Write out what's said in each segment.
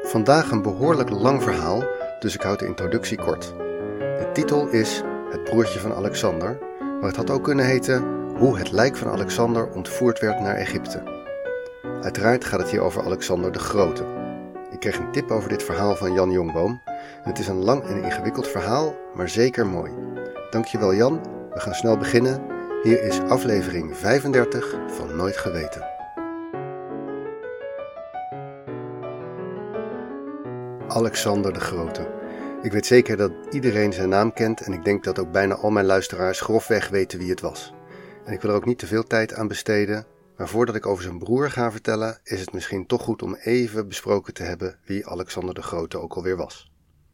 Vandaag een behoorlijk lang verhaal, dus ik houd de introductie kort. De titel is Het broertje van Alexander, maar het had ook kunnen heten Hoe het lijk van Alexander ontvoerd werd naar Egypte. Uiteraard gaat het hier over Alexander de Grote. Ik kreeg een tip over dit verhaal van Jan Jongboom. En het is een lang en ingewikkeld verhaal, maar zeker mooi. Dankjewel Jan, we gaan snel beginnen. Hier is aflevering 35 van Nooit Geweten. Alexander de Grote. Ik weet zeker dat iedereen zijn naam kent en ik denk dat ook bijna al mijn luisteraars grofweg weten wie het was. En ik wil er ook niet te veel tijd aan besteden, maar voordat ik over zijn broer ga vertellen, is het misschien toch goed om even besproken te hebben wie Alexander de Grote ook alweer was.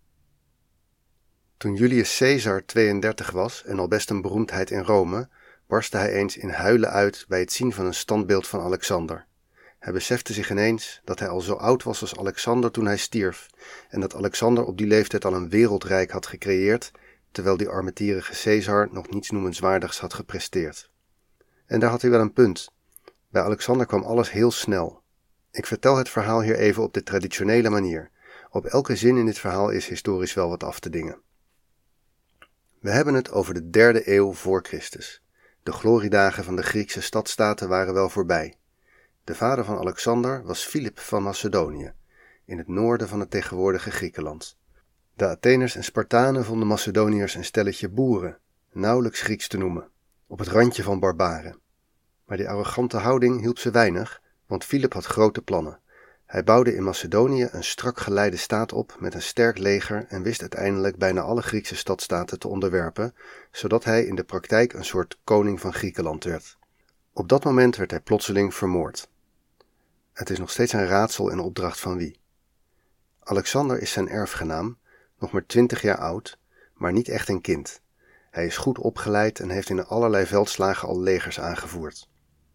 Toen Julius Caesar 32 was en al best een beroemdheid in Rome, barstte hij eens in huilen uit bij het zien van een standbeeld van Alexander. Hij besefte zich ineens dat hij al zo oud was als Alexander toen hij stierf en dat Alexander op die leeftijd al een wereldrijk had gecreëerd, terwijl die armetierige Caesar nog niets noemenswaardigs had gepresteerd. En daar had hij wel een punt. Bij Alexander kwam alles heel snel. Ik vertel het verhaal hier even op de traditionele manier. Op elke zin in dit verhaal is historisch wel wat af te dingen. We hebben het over de 3e eeuw voor Christus. De gloriedagen van de Griekse stadstaten waren wel voorbij. De vader van Alexander was Philip van Macedonië, in het noorden van het tegenwoordige Griekenland. De Atheners en Spartanen vonden Macedoniërs een stelletje boeren, nauwelijks Grieks te noemen, op het randje van barbaren. Maar die arrogante houding hielp ze weinig, want Philip had grote plannen. Hij bouwde in Macedonië een strak geleide staat op met een sterk leger en wist uiteindelijk bijna alle Griekse stadstaten te onderwerpen, zodat hij in de praktijk een soort koning van Griekenland werd. Op dat moment werd hij plotseling vermoord. Het is nog steeds een raadsel in opdracht van wie. Alexander is zijn erfgenaam, nog maar 20 jaar oud, maar niet echt een kind. Hij is goed opgeleid en heeft in allerlei veldslagen al legers aangevoerd.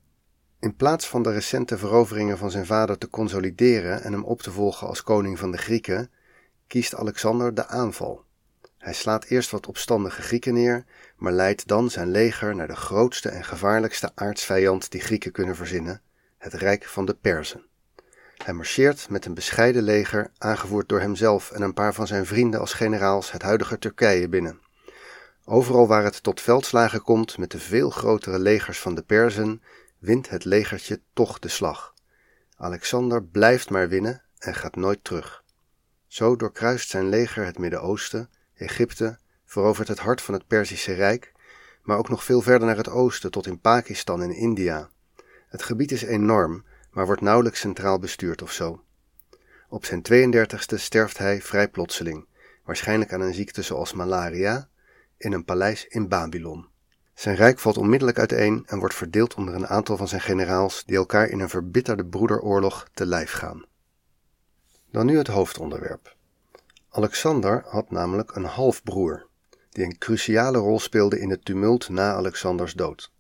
In plaats van de recente veroveringen van zijn vader te consolideren en hem op te volgen als koning van de Grieken, kiest Alexander de aanval. Hij slaat eerst wat opstandige Grieken neer, maar leidt dan zijn leger naar de grootste en gevaarlijkste aardsvijand die Grieken kunnen verzinnen, het rijk van de Perzen. Hij marcheert met een bescheiden leger, aangevoerd door hemzelf en een paar van zijn vrienden als generaals het huidige Turkije binnen. Overal waar het tot veldslagen komt met de veel grotere legers van de Perzen, wint het legertje toch de slag. Alexander blijft maar winnen en gaat nooit terug. Zo doorkruist zijn leger het Midden-Oosten, Egypte, verovert het hart van het Perzische Rijk, maar ook nog veel verder naar het oosten tot in Pakistan en India. Het gebied is enorm, maar wordt nauwelijks centraal bestuurd of zo. Op zijn 32e sterft hij vrij plotseling, waarschijnlijk aan een ziekte zoals malaria, in een paleis in Babylon. Zijn rijk valt onmiddellijk uiteen en wordt verdeeld onder een aantal van zijn generaals die elkaar in een verbitterde broederoorlog te lijf gaan. Dan nu het hoofdonderwerp. Alexander had namelijk een halfbroer, die een cruciale rol speelde in het tumult na Alexanders dood.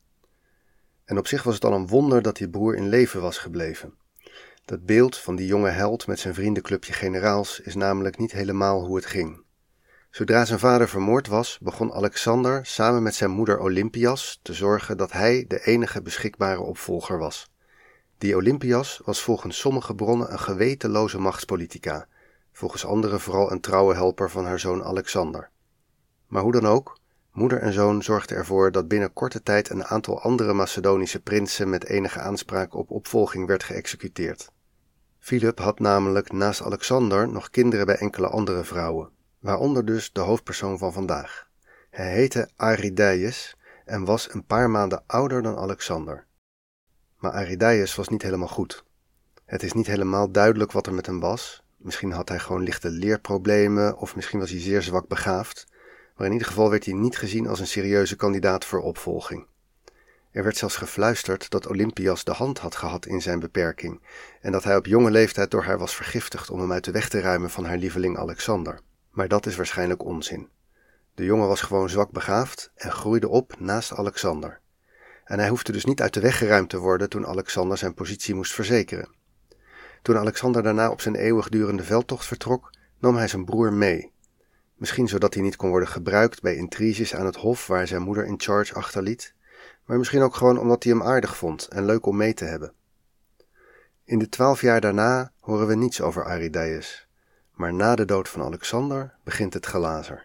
En op zich was het al een wonder dat die broer in leven was gebleven. Dat beeld van die jonge held met zijn vriendenclubje generaals is namelijk niet helemaal hoe het ging. Zodra zijn vader vermoord was, begon Alexander samen met zijn moeder Olympias te zorgen dat hij de enige beschikbare opvolger was. Die Olympias was volgens sommige bronnen een gewetenloze machtspolitica, volgens anderen vooral een trouwe helper van haar zoon Alexander. Maar hoe dan ook, moeder en zoon zorgden ervoor dat binnen korte tijd een aantal andere Macedonische prinsen met enige aanspraak op opvolging werd geëxecuteerd. Philip had namelijk naast Alexander nog kinderen bij enkele andere vrouwen, waaronder dus de hoofdpersoon van vandaag. Hij heette Arrhidaeus en was een paar maanden ouder dan Alexander. Maar Arrhidaeus was niet helemaal goed. Het is niet helemaal duidelijk wat er met hem was. Misschien had hij gewoon lichte leerproblemen of misschien was hij zeer zwak begaafd. Maar in ieder geval werd hij niet gezien als een serieuze kandidaat voor opvolging. Er werd zelfs gefluisterd dat Olympias de hand had gehad in zijn beperking en dat hij op jonge leeftijd door haar was vergiftigd om hem uit de weg te ruimen van haar lieveling Alexander. Maar dat is waarschijnlijk onzin. De jongen was gewoon zwak begaafd en groeide op naast Alexander. En hij hoefde dus niet uit de weg geruimd te worden toen Alexander zijn positie moest verzekeren. Toen Alexander daarna op zijn eeuwigdurende veldtocht vertrok, nam hij zijn broer mee. Misschien zodat hij niet kon worden gebruikt bij intriges aan het hof waar zijn moeder in charge achterliet, maar misschien ook gewoon omdat hij hem aardig vond en leuk om mee te hebben. In de 12 jaar daarna horen we niets over Arrhidaeus. maar na de dood van Alexander begint het gelazer.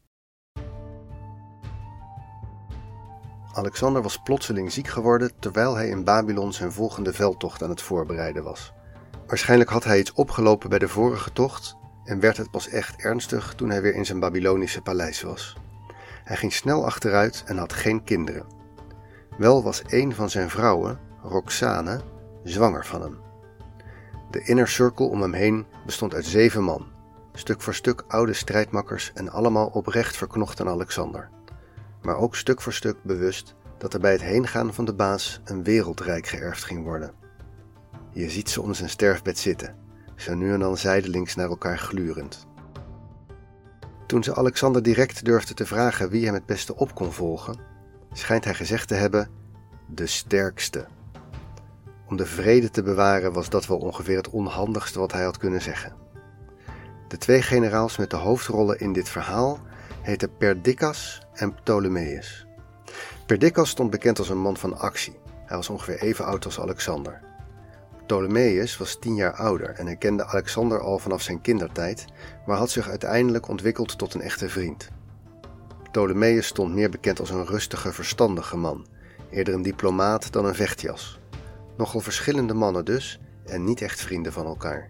Alexander was plotseling ziek geworden terwijl hij in Babylon zijn volgende veldtocht aan het voorbereiden was. Waarschijnlijk had hij iets opgelopen bij de vorige tocht en werd het pas echt ernstig toen hij weer in zijn Babylonische paleis was. Hij ging snel achteruit en had geen kinderen. Wel was een van zijn vrouwen, Roxane, zwanger van hem. De inner circle om hem heen bestond uit 7 man, stuk voor stuk oude strijdmakkers en allemaal oprecht verknocht aan Alexander. Maar ook stuk voor stuk bewust dat er bij het heengaan van de baas een wereldrijk geërfd ging worden. Je ziet ze om zijn sterfbed zitten, zo nu en dan zijdelings naar elkaar glurend. Toen ze Alexander direct durfde te vragen wie hem het beste op kon volgen, schijnt hij gezegd te hebben: de sterkste. Om de vrede te bewaren was dat wel ongeveer het onhandigste wat hij had kunnen zeggen. De 2 generaals met de hoofdrollen in dit verhaal heten Perdiccas en Ptolemeus. Perdiccas stond bekend als een man van actie. Hij was ongeveer even oud als Alexander. Ptolemeus was 10 jaar ouder en hij kende Alexander al vanaf zijn kindertijd, maar had zich uiteindelijk ontwikkeld tot een echte vriend. Ptolemeus stond meer bekend als een rustige, verstandige man, eerder een diplomaat dan een vechtjas. Nogal verschillende mannen dus en niet echt vrienden van elkaar.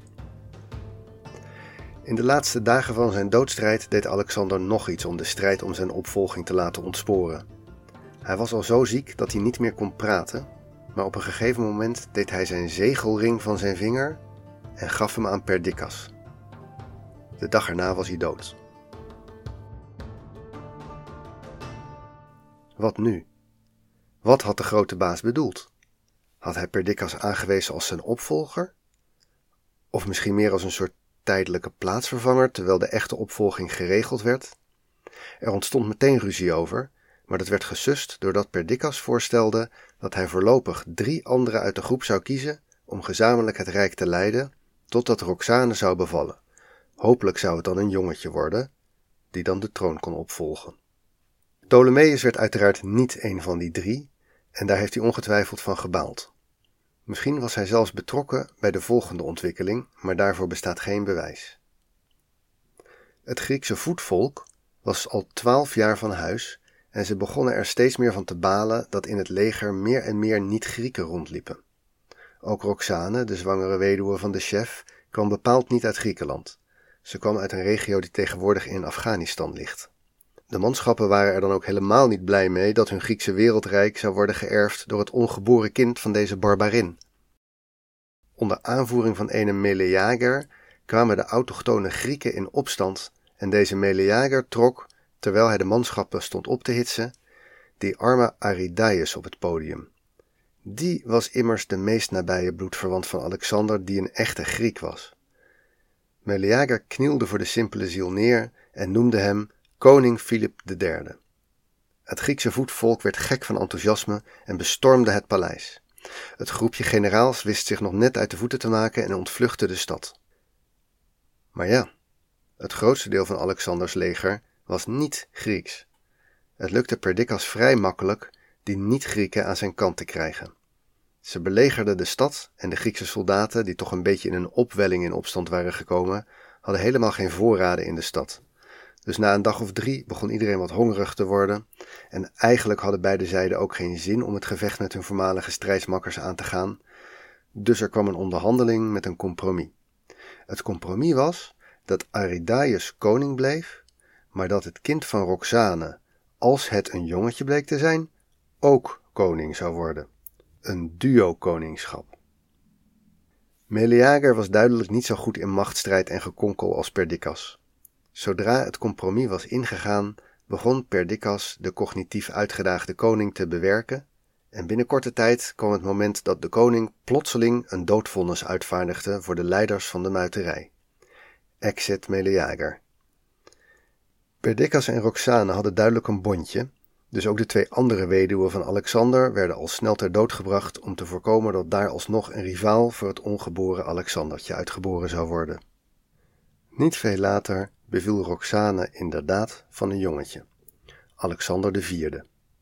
In de laatste dagen van zijn doodstrijd deed Alexander nog iets om de strijd om zijn opvolging te laten ontsporen. Hij was al zo ziek dat hij niet meer kon praten, maar op een gegeven moment deed hij zijn zegelring van zijn vinger en gaf hem aan Perdiccas. De dag erna was hij dood. Wat nu? Wat had de grote baas bedoeld? Had hij Perdiccas aangewezen als zijn opvolger? Of misschien meer als een soort tijdelijke plaatsvervanger terwijl de echte opvolging geregeld werd? Er ontstond meteen ruzie over, maar dat werd gesust doordat Perdiccas voorstelde dat hij voorlopig 3 anderen uit de groep zou kiezen om gezamenlijk het rijk te leiden totdat Roxane zou bevallen. Hopelijk zou het dan een jongetje worden, die dan de troon kon opvolgen. Ptolemeus werd uiteraard niet een van die 3 en daar heeft hij ongetwijfeld van gebaald. Misschien was hij zelfs betrokken bij de volgende ontwikkeling, maar daarvoor bestaat geen bewijs. Het Griekse voetvolk was al 12 jaar van huis en ze begonnen er steeds meer van te balen dat in het leger meer en meer niet-Grieken rondliepen. Ook Roxane, de zwangere weduwe van de chef, kwam bepaald niet uit Griekenland. Ze kwam uit een regio die tegenwoordig in Afghanistan ligt. De manschappen waren er dan ook helemaal niet blij mee dat hun Griekse wereldrijk zou worden geërfd door het ongeboren kind van deze barbarin. Onder aanvoering van ene Meleager kwamen de autochtone Grieken in opstand en deze Meleager trok, terwijl hij de manschappen stond op te hitsen, die arme Arrhidaeus op het podium. Die was immers de meest nabije bloedverwant van Alexander die een echte Griek was. Meleager knielde voor de simpele ziel neer en noemde hem koning Filip III. Het Griekse voetvolk werd gek van enthousiasme en bestormde het paleis. Het groepje generaals wist zich nog net uit de voeten te maken en ontvluchtte de stad. Maar ja, het grootste deel van Alexanders leger was niet Grieks. Het lukte Perdiccas vrij makkelijk die niet-Grieken aan zijn kant te krijgen. Ze belegerden de stad en de Griekse soldaten, die toch een beetje in een opwelling in opstand waren gekomen, hadden helemaal geen voorraden in de stad. Dus na een dag of 3 begon iedereen wat hongerig te worden en eigenlijk hadden beide zijden ook geen zin om het gevecht met hun voormalige strijdsmakkers aan te gaan. Dus er kwam een onderhandeling met een compromis. Het compromis was dat Arrhidaeus koning bleef, maar dat het kind van Roxane, als het een jongetje bleek te zijn, ook koning zou worden. Een duo-koningschap. Meleager was duidelijk niet zo goed in machtsstrijd en gekonkel als Perdiccas. Zodra het compromis was ingegaan, begon Perdiccas de cognitief uitgedaagde koning te bewerken en binnen korte tijd kwam het moment dat de koning plotseling een doodvonnis uitvaardigde voor de leiders van de muiterij. Exit Meleager. Perdiccas en Roxane hadden duidelijk een bondje, dus ook de 2 andere weduwen van Alexander werden al snel ter dood gebracht om te voorkomen dat daar alsnog een rivaal voor het ongeboren Alexandertje uitgeboren zou worden. Niet veel later beviel Roxane inderdaad van een jongetje, Alexander IV.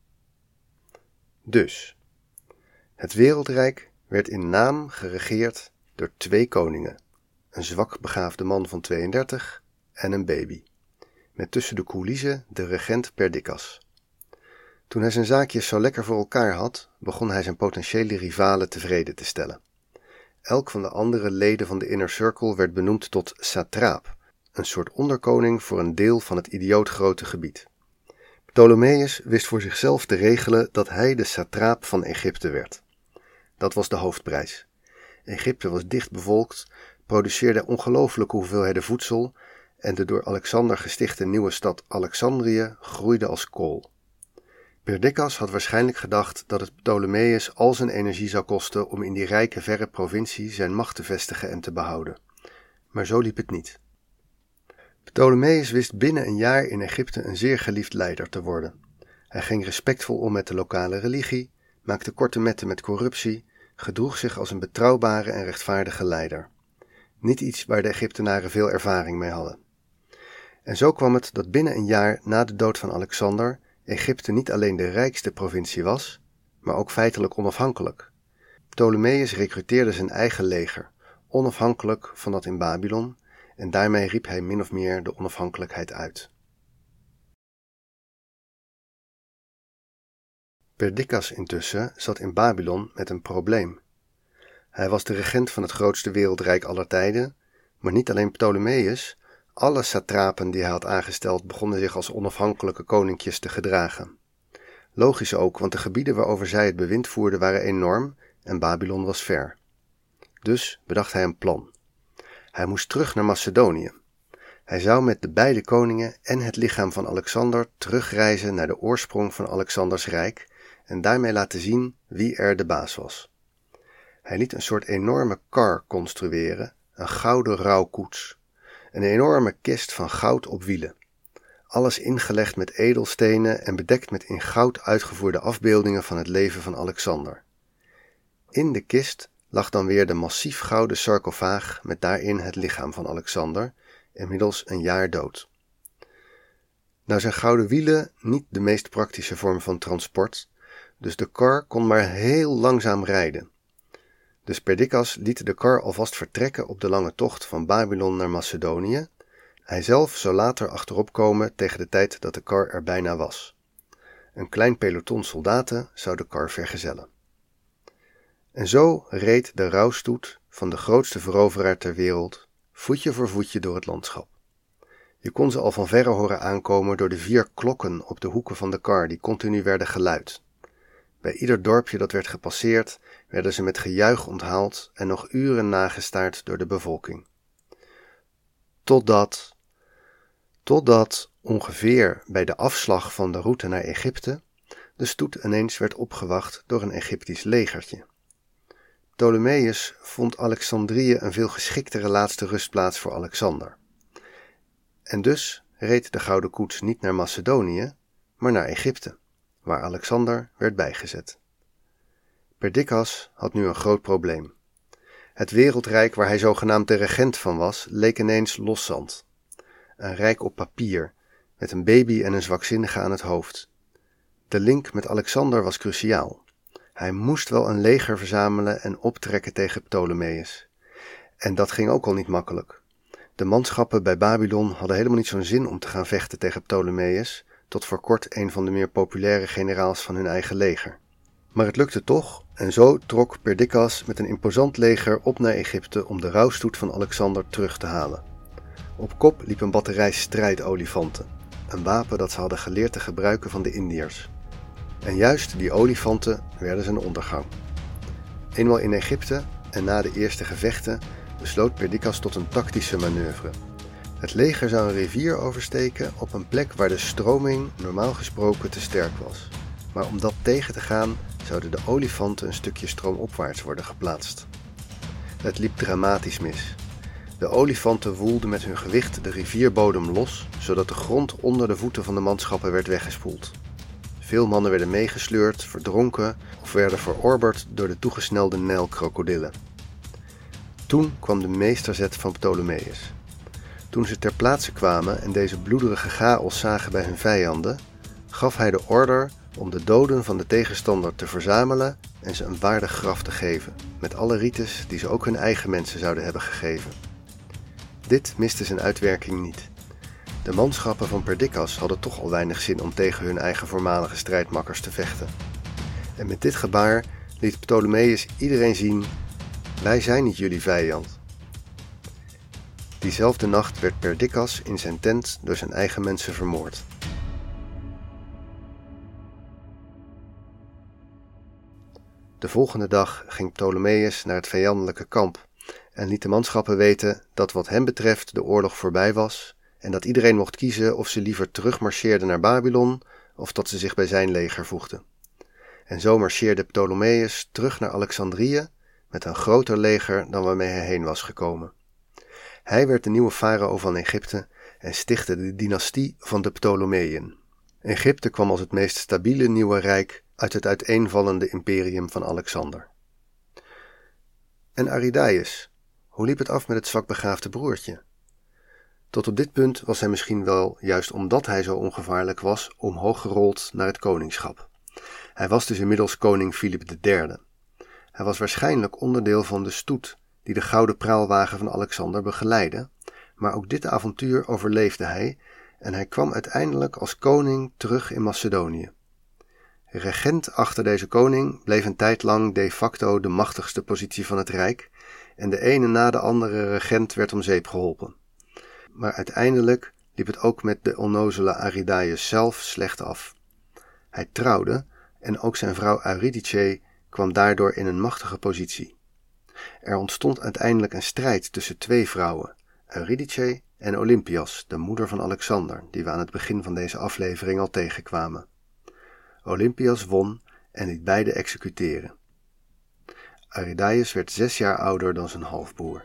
Dus, het wereldrijk werd in naam geregeerd door 2 koningen, een zwak begaafde man van 32 en een baby, met tussen de coulissen de regent Perdiccas. Toen hij zijn zaakjes zo lekker voor elkaar had, begon hij zijn potentiële rivalen tevreden te stellen. Elk van de andere leden van de Inner Circle werd benoemd tot satraap, een soort onderkoning voor een deel van het idiootgrote gebied. Ptolemeus wist voor zichzelf te regelen dat hij de satraap van Egypte werd. Dat was de hoofdprijs. Egypte was dicht bevolkt, produceerde ongelooflijke hoeveelheden voedsel en de door Alexander gestichte nieuwe stad Alexandrië groeide als kool. Perdiccas had waarschijnlijk gedacht dat het Ptolemeus al zijn energie zou kosten om in die rijke verre provincie zijn macht te vestigen en te behouden. Maar zo liep het niet. Ptolemeus wist binnen een jaar in Egypte een zeer geliefd leider te worden. Hij ging respectvol om met de lokale religie, maakte korte metten met corruptie, gedroeg zich als een betrouwbare en rechtvaardige leider. Niet iets waar de Egyptenaren veel ervaring mee hadden. En zo kwam het dat binnen een jaar na de dood van Alexander Egypte niet alleen de rijkste provincie was, maar ook feitelijk onafhankelijk. Ptolemeus recruteerde zijn eigen leger, onafhankelijk van dat in Babylon, en daarmee riep hij min of meer de onafhankelijkheid uit. Perdiccas intussen zat in Babylon met een probleem. Hij was de regent van het grootste wereldrijk aller tijden, maar niet alleen Ptolemeus, alle satrapen die hij had aangesteld begonnen zich als onafhankelijke koninkjes te gedragen. Logisch ook, want de gebieden waarover zij het bewind voerden waren enorm en Babylon was ver. Dus bedacht hij een plan. Hij moest terug naar Macedonië. Hij zou met de beide koningen en het lichaam van Alexander terugreizen naar de oorsprong van Alexanders rijk en daarmee laten zien wie er de baas was. Hij liet een soort enorme kar construeren, een gouden rouwkoets. Een enorme kist van goud op wielen. Alles ingelegd met edelstenen en bedekt met in goud uitgevoerde afbeeldingen van het leven van Alexander. In de kist lag dan weer de massief gouden sarcofaag met daarin het lichaam van Alexander, inmiddels een jaar dood. Nou zijn gouden wielen niet de meest praktische vorm van transport, dus de kar kon maar heel langzaam rijden. Dus Perdiccas liet de kar alvast vertrekken op de lange tocht van Babylon naar Macedonië. Hij zelf zou later achterop komen tegen de tijd dat de kar er bijna was. Een klein peloton soldaten zou de kar vergezellen. En zo reed de rouwstoet van de grootste veroveraar ter wereld voetje voor voetje door het landschap. Je kon ze al van verre horen aankomen door de 4 klokken op de hoeken van de kar die continu werden geluid. Bij ieder dorpje dat werd gepasseerd, werden ze met gejuich onthaald en nog uren nagestaard door de bevolking. Totdat ongeveer bij de afslag van de route naar Egypte, de stoet ineens werd opgewacht door een Egyptisch legertje. Ptolemeus vond Alexandrië een veel geschiktere laatste rustplaats voor Alexander. En dus reed de gouden koets niet naar Macedonië, maar naar Egypte, waar Alexander werd bijgezet. Perdiccas had nu een groot probleem. Het wereldrijk waar hij zogenaamd de regent van was, leek ineens loszand. Een rijk op papier, met een baby en een zwakzinnige aan het hoofd. De link met Alexander was cruciaal. Hij moest wel een leger verzamelen en optrekken tegen Ptolemeus. En dat ging ook al niet makkelijk. De manschappen bij Babylon hadden helemaal niet zo'n zin om te gaan vechten tegen Ptolemeus, tot voor kort een van de meer populaire generaals van hun eigen leger. Maar het lukte toch, en zo trok Perdiccas met een imposant leger op naar Egypte om de rouwstoet van Alexander terug te halen. Op kop liep een batterij strijdolifanten, een wapen dat ze hadden geleerd te gebruiken van de Indiërs. En juist die olifanten werden zijn ondergang. Eenmaal in Egypte en na de eerste gevechten besloot Perdiccas tot een tactische manoeuvre. Het leger zou een rivier oversteken op een plek waar de stroming normaal gesproken te sterk was. Maar om dat tegen te gaan zouden de olifanten een stukje stroomopwaarts worden geplaatst. Het liep dramatisch mis. De olifanten woelden met hun gewicht de rivierbodem los, zodat de grond onder de voeten van de manschappen werd weggespoeld. Veel mannen werden meegesleurd, verdronken of werden verorberd door de toegesnelde Nijlkrokodillen. Toen kwam de meesterzet van Ptolemeus. Toen ze ter plaatse kwamen en deze bloederige chaos zagen bij hun vijanden, gaf hij de order om de doden van de tegenstander te verzamelen en ze een waardig graf te geven, met alle rites die ze ook hun eigen mensen zouden hebben gegeven. dit miste zijn uitwerking niet. De manschappen van Perdiccas hadden toch al weinig zin om tegen hun eigen voormalige strijdmakkers te vechten. En met dit gebaar liet Ptolemeus iedereen zien: wij zijn niet jullie vijand. Diezelfde nacht werd Perdiccas in zijn tent door zijn eigen mensen vermoord. De volgende dag ging Ptolemeus naar het vijandelijke kamp en liet de manschappen weten dat wat hem betreft de oorlog voorbij was en dat iedereen mocht kiezen of ze liever terugmarcheerden naar Babylon of dat ze zich bij zijn leger voegden. En zo marcheerde Ptolemeus terug naar Alexandrië met een groter leger dan waarmee hij heen was gekomen. Hij werd de nieuwe farao van Egypte en stichtte de dynastie van de Ptolemeeën. Egypte kwam als het meest stabiele nieuwe rijk uit het uiteenvallende imperium van Alexander. En Arrhidaeus, hoe liep het af met het zwakbegaafde broertje? Tot op dit punt was hij misschien wel, juist omdat hij zo ongevaarlijk was, omhoog gerold naar het koningschap. Hij was dus inmiddels koning Filip III. Hij was waarschijnlijk onderdeel van de stoet die de gouden praalwagen van Alexander begeleidde, maar ook dit avontuur overleefde hij en hij kwam uiteindelijk als koning terug in Macedonië. Regent achter deze koning bleef een tijd lang de facto de machtigste positie van het rijk en de ene na de andere regent werd om zeep geholpen. Maar uiteindelijk liep het ook met de onnozele Arrhidaeus zelf slecht af. Hij trouwde en ook zijn vrouw Eurydice kwam daardoor in een machtige positie. Er ontstond uiteindelijk een strijd tussen twee vrouwen, Eurydice en Olympias, de moeder van Alexander, die we aan het begin van deze aflevering al tegenkwamen. Olympias won en liet beide executeren. Arrhidaeus werd 6 jaar ouder dan zijn halfbroer.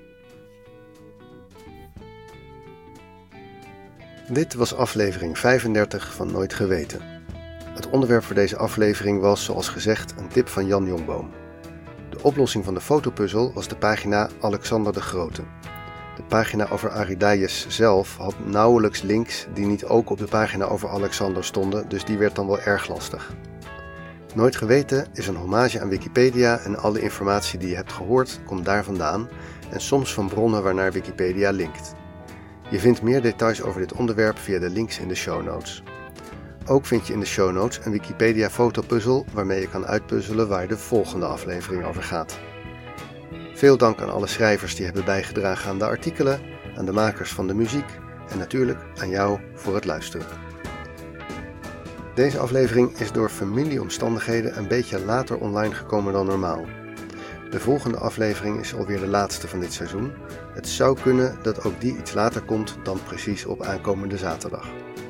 Dit was aflevering 35 van Nooit Geweten. Het onderwerp voor deze aflevering was, zoals gezegd, een tip van Jan Jongboom. De oplossing van de fotopuzzel was de pagina Alexander de Grote. De pagina over Arrhidaeus zelf had nauwelijks links die niet ook op de pagina over Alexander stonden, dus die werd dan wel erg lastig. Nooit Geweten is een hommage aan Wikipedia en alle informatie die je hebt gehoord komt daar vandaan en soms van bronnen waarnaar Wikipedia linkt. Je vindt meer details over dit onderwerp via de links in de show notes. Ook vind je in de show notes een Wikipedia fotopuzzel waarmee je kan uitpuzzelen waar de volgende aflevering over gaat. Veel dank aan alle schrijvers die hebben bijgedragen aan de artikelen, aan de makers van de muziek en natuurlijk aan jou voor het luisteren. Deze aflevering is door familieomstandigheden een beetje later online gekomen dan normaal. De volgende aflevering is alweer de laatste van dit seizoen. Het zou kunnen dat ook die iets later komt dan precies op aankomende zaterdag.